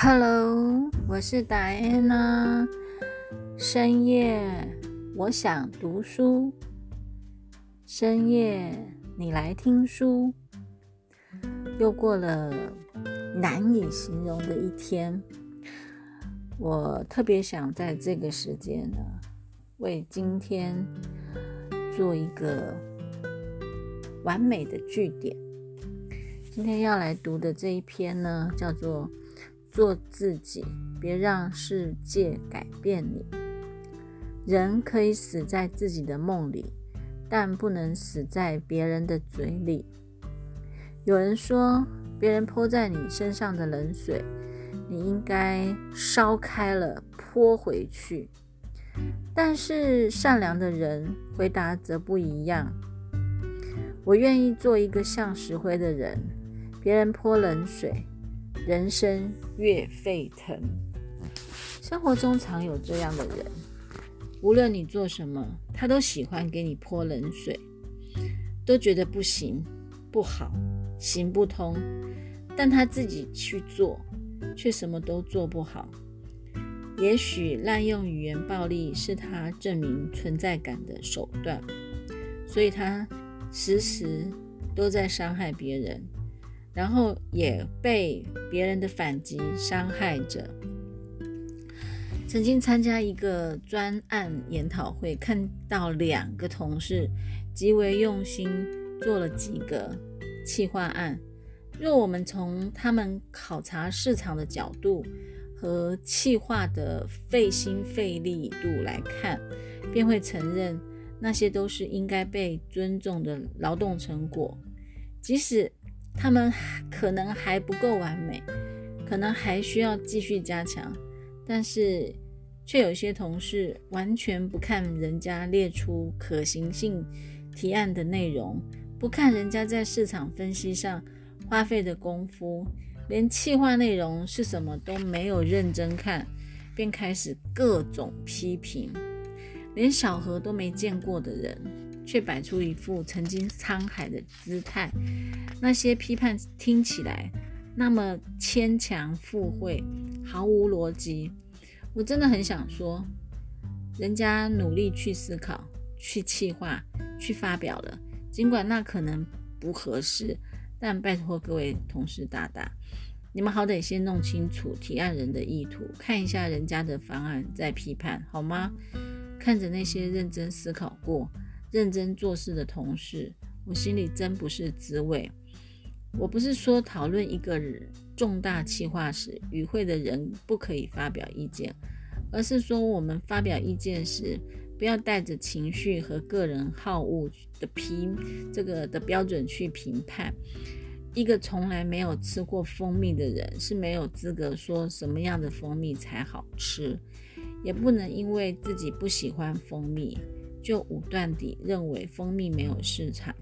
Hello，我是达安娜。深夜，我想读书。深夜，你来听书。又过了难以形容的一天，我特别想在这个时间呢，为今天做一个完美的句点。今天要来读的这一篇呢，叫做做自己，别让世界改变你。人可以死在自己的梦里，但不能死在别人的嘴里。有人说，别人泼在你身上的冷水，你应该烧开了泼回去。但是善良的人回答则不一样。我愿意做一个像石灰的人，别人泼冷水，人生越沸腾。生活中常有这样的人，无论你做什么，他都喜欢给你泼冷水，都觉得不行、不好、行不通，但他自己去做，却什么都做不好。也许滥用语言暴力是他证明存在感的手段，所以他时时都在伤害别人，然后也被别人的反击伤害着。曾经参加一个专案研讨会，看到2个同事极为用心做了几个企划案。若我们从他们考察市场的角度和企划的费心费力度来看，便会承认那些都是应该被尊重的劳动成果。即使他们可能还不够完美，可能还需要继续加强，但是却有些同事完全不看人家列出可行性提案的内容，不看人家在市场分析上花费的功夫，连企划内容是什么都没有认真看，便开始各种批评。连小何都没见过的人，却摆出一副曾经沧海的姿态，那些批判听起来那么牵强附会，毫无逻辑。我真的很想说，人家努力去思考、去企划、去发表了，尽管那可能不合适，但拜托各位同事大大，你们好歹先弄清楚提案人的意图，看一下人家的方案再批判好吗？看着那些认真思考过、认真做事的同事，我心里真不是滋味。我不是说讨论一个重大企划时，与会的人不可以发表意见，而是说我们发表意见时，不要带着情绪和个人好恶的标准去评判。一个从来没有吃过蜂蜜的人是没有资格说什么样的蜂蜜才好吃，也不能因为自己不喜欢蜂蜜就武断地认为蜂蜜没有市场。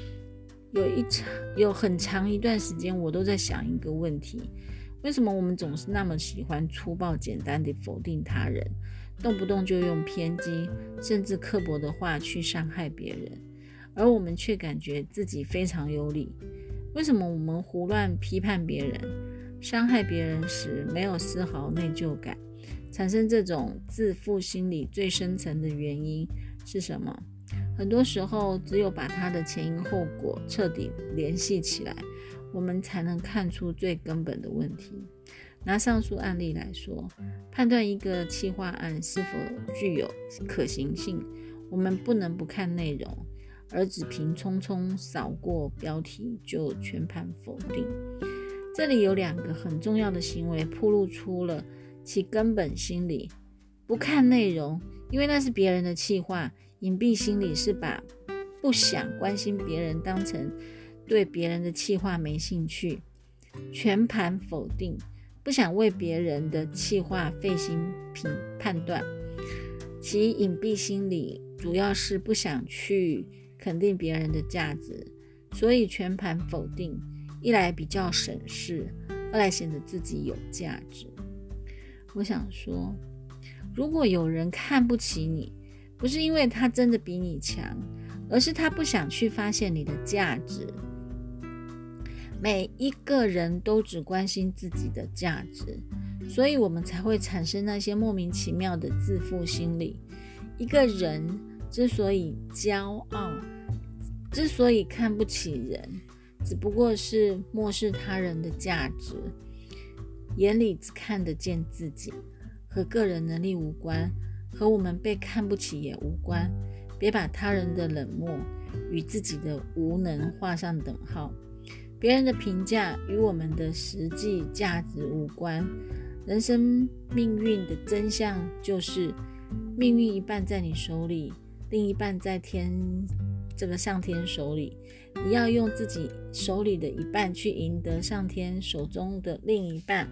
有很长一段时间，我都在想一个问题：为什么我们总是那么喜欢粗暴简单地否定他人，动不动就用偏激甚至刻薄的话去伤害别人，而我们却感觉自己非常有理？为什么我们胡乱批判别人，伤害别人时没有丝毫内疚感？产生这种自负心理最深层的原因是什么？很多时候，只有把它的前因后果彻底联系起来，我们才能看出最根本的问题。拿上述案例来说，判断一个企划案是否具有可行性，我们不能不看内容，而只凭匆匆扫过标题就全盘否定。这里有2个很重要的行为暴露出了其根本心理：不看内容，因为那是别人的企划；隐蔽心理是把不想关心别人当成对别人的企划没兴趣；全盘否定，不想为别人的企划费心判断。其隐蔽心理主要是不想去肯定别人的价值，所以全盘否定，一来比较省事，二来显得自己有价值。我想说，如果有人看不起你，不是因为他真的比你强，而是他不想去发现你的价值。每一个人都只关心自己的价值， 所以我们才会产生那些莫名其妙的自负心理。一个人之所以骄傲，之所以看不起人，只不过是漠视他人的价值，眼里只看得见自己，和个人能力无关，和我们被看不起也无关。别把他人的冷漠与自己的无能画上等号。别人的评价与我们的实际价值无关。人生命运的真相就是，命运一半在你手里，另一半在上天手里。你要用自己手里的一半去赢得上天手中的另一半。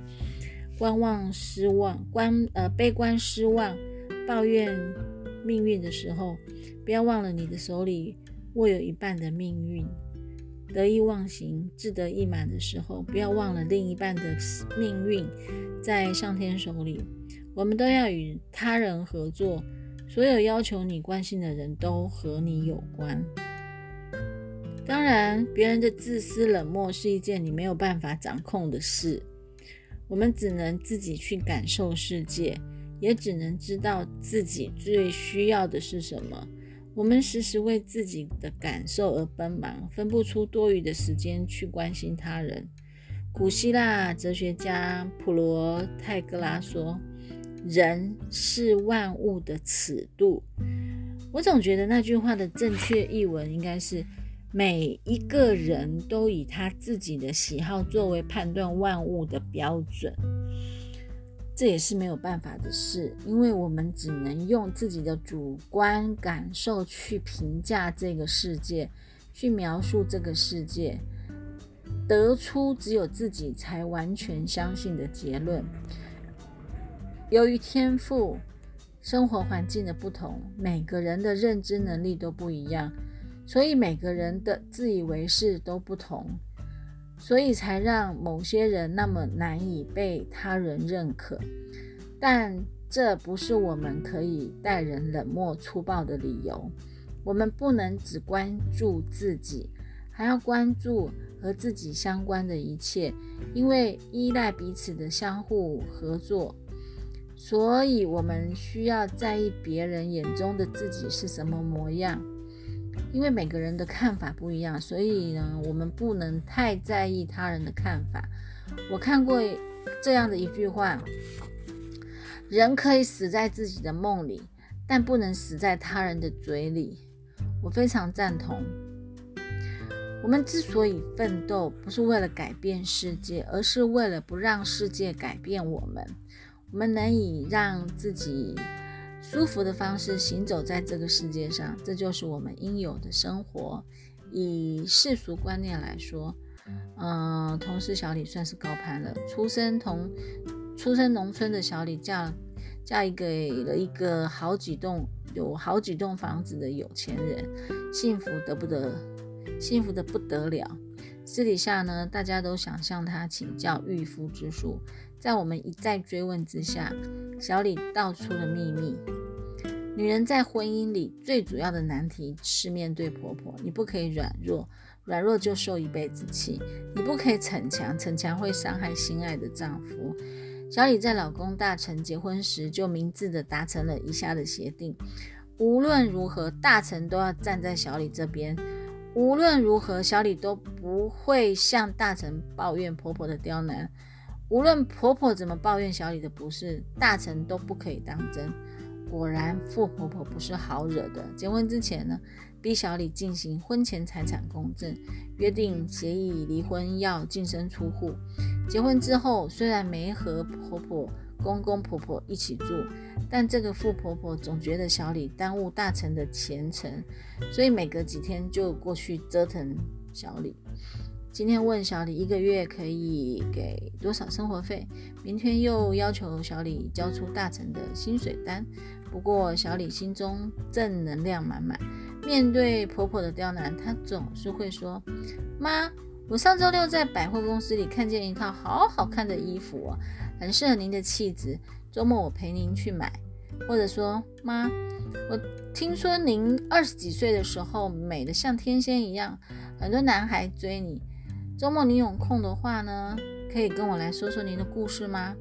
悲观失望，抱怨命运的时候，不要忘了你的手里握有一半的命运。得意忘形，志得意满的时候，不要忘了另一半的命运在上天手里。我们都要与他人合作，所有要求你关心的人都和你有关。当然，别人的自私冷漠是一件你没有办法掌控的事，我们只能自己去感受世界，也只能知道自己最需要的是什么。我们时时为自己的感受而奔忙，分不出多余的时间去关心他人。古希腊哲学家普罗泰戈拉说，人是万物的尺度。我总觉得那句话的正确译文应该是，每一个人都以他自己的喜好作为判断万物的标准。这也是没有办法的事，因为我们只能用自己的主观感受去评价这个世界，去描述这个世界，得出只有自己才完全相信的结论。由于天赋、生活环境的不同，每个人的认知能力都不一样，所以每个人的自以为是都不同，所以才让某些人那么难以被他人认可。但这不是我们可以待人冷漠粗暴的理由。我们不能只关注自己，还要关注和自己相关的一切，因为依赖彼此的相互合作，所以我们需要在意别人眼中的自己是什么模样。因为每个人的看法不一样，所以呢，我们不能太在意他人的看法。我看过这样的一句话，人可以死在自己的梦里，但不能死在他人的嘴里。我非常赞同。我们之所以奋斗，不是为了改变世界，而是为了不让世界改变我们。我们能以让自己舒服的方式行走在这个世界上，这就是我们应有的生活。以世俗观念来说，同事小李算是高攀了。出生农村的小李嫁给了一个有好几栋房子的有钱人，幸福的不得了。私底下呢，大家都想向他请教御夫之术。在我们一再追问之下，小李道出了秘密。女人在婚姻里最主要的难题是面对婆婆，你不可以软弱，软弱就受一辈子气；你不可以逞强，逞强会伤害心爱的丈夫。小李在老公大成结婚时就明智地达成了以下的协定：无论如何，大成都要站在小李这边；无论如何，小李都不会向大成抱怨婆婆的刁难；无论婆婆怎么抱怨小李的不是，大成都不可以当真。果然，富婆婆不是好惹的。结婚之前呢，逼小李进行婚前财产公证，约定协议离婚要净身出户。结婚之后，虽然没和公公婆婆一起住，但这个富婆婆总觉得小李耽误大成的前程，所以每隔几天就过去折腾小李。今天问小李一个月可以给多少生活费，明天又要求小李交出大成的薪水单。不过小李心中正能量满满，面对婆婆的刁难，她总是会说：妈，我上周六在百货公司里看见一套好好看的衣服很适合您的气质，周末我陪您去买。或者说，妈，我听说您20几岁的时候美得像天仙一样，很多男孩追你，周末你有空的话呢，可以跟我来说说您的故事吗？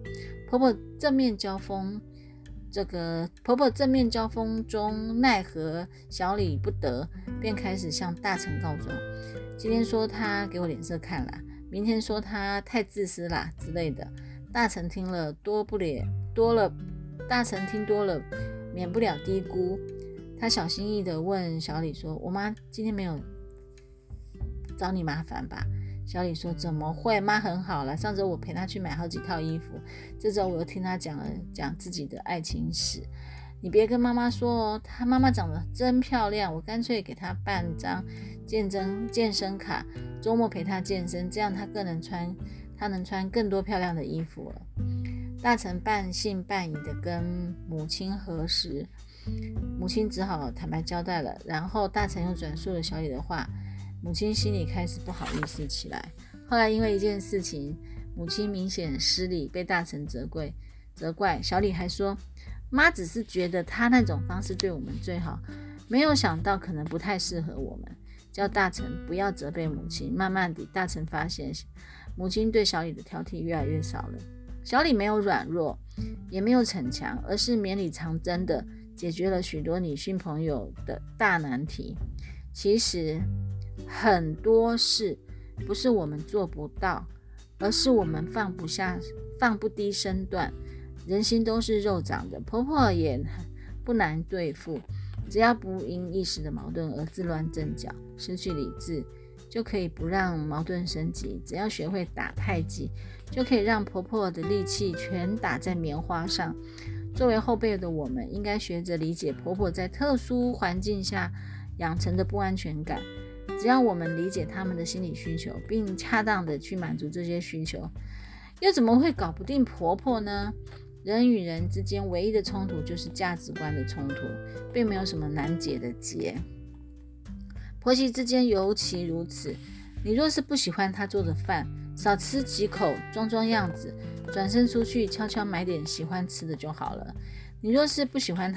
婆婆正面交锋，婆婆正面交锋中奈何小李不得，便开始向大臣告状。今天说他给我脸色看啦，明天说他太自私啦之类的。大臣听多了，免不了低估。他小心翼翼地问小李说：“我妈今天没有找你麻烦吧？”小李说：“怎么会？妈很好了。上周我陪她去买好几套衣服，这周我又听她讲自己的爱情史。你别跟妈妈说哦，她妈妈长得真漂亮，我干脆给她办张健身卡，周末陪她健身，这样她能穿更多漂亮的衣服了。”大臣半信半疑的跟母亲核实，母亲只好坦白交代了。然后大臣又转述了小李的话，母亲心里开始不好意思起来。后来因为一件事情，母亲明显失礼，被大臣责怪。小李还说，妈只是觉得他那种方式对我们最好，没有想到可能不太适合我们，叫大臣不要责备母亲。慢慢地，大臣发现母亲对小李的挑剔越来越少了。小李没有软弱，也没有逞强，而是绵里藏针的解决了许多女性朋友的大难题。其实很多事不是我们做不到，而是我们放不低身段。人心都是肉长的，婆婆也不难对付，只要不因一时的矛盾而自乱阵脚，失去理智，就可以不让矛盾升级。只要学会打太极，就可以让婆婆的力气全打在棉花上。作为后辈的我们，应该学着理解婆婆在特殊环境下养成的不安全感。只要我们理解他们的心理需求，并恰当的去满足这些需求，又怎么会搞不定婆婆呢？人与人之间唯一的冲突就是价值观的冲突，并没有什么难解的结。婆媳之间尤其如此。你若是不喜欢她做的饭，少吃几口装样子，转身出去悄悄买点喜欢吃的就好了。你若是不喜欢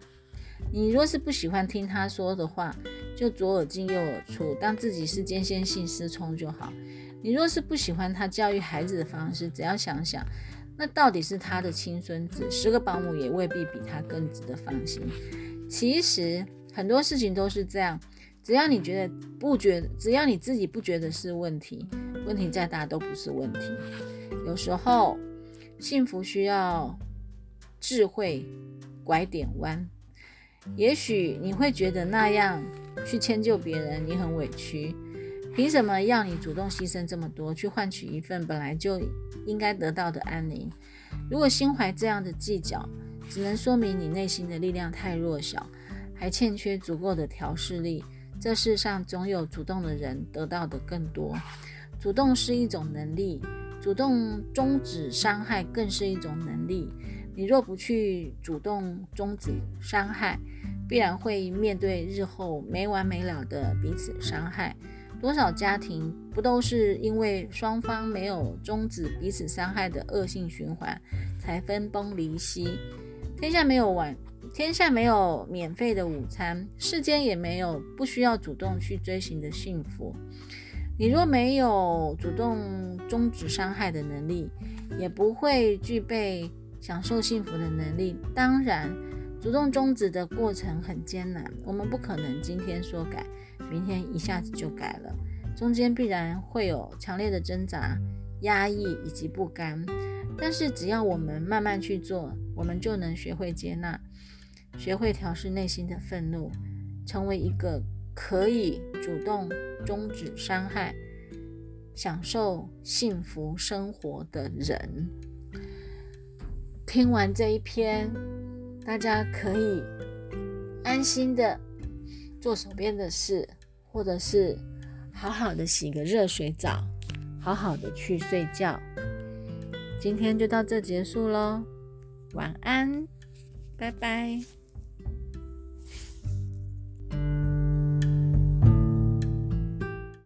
听她说的话，就左耳进右耳出，当自己是间歇性失聪就好。你若是不喜欢她教育孩子的方式，只要想想那到底是她的亲孙子，10个保姆也未必比她更值得放心。其实很多事情都是这样，只要你自己不觉得是问题，问题再大都不是问题。有时候幸福需要智慧拐点弯。也许你会觉得那样去迁就别人你很委屈，凭什么要你主动牺牲这么多，去换取一份本来就应该得到的安宁？如果心怀这样的计较，只能说明你内心的力量太弱小，还欠缺足够的调适力。这世上总有主动的人得到的更多。主动是一种能力，主动终止伤害更是一种能力。你若不去主动终止伤害，必然会面对日后没完没了的彼此伤害。多少家庭不都是因为双方没有终止彼此伤害的恶性循环，才分崩离析？天下没有免费的午餐，世间也没有不需要主动去追寻的幸福。你若没有主动终止伤害的能力，也不会具备享受幸福的能力。当然，主动终止的过程很艰难，我们不可能今天说改，明天一下子就改了，中间必然会有强烈的挣扎、压抑以及不甘。但是只要我们慢慢去做，我们就能学会接纳，学会调试内心的愤怒，成为一个可以主动终止伤害、享受幸福生活的人。听完这一篇，大家可以安心的做手边的事，或者是好好的洗个热水澡，好好的去睡觉。今天就到这结束咯，晚安，拜拜。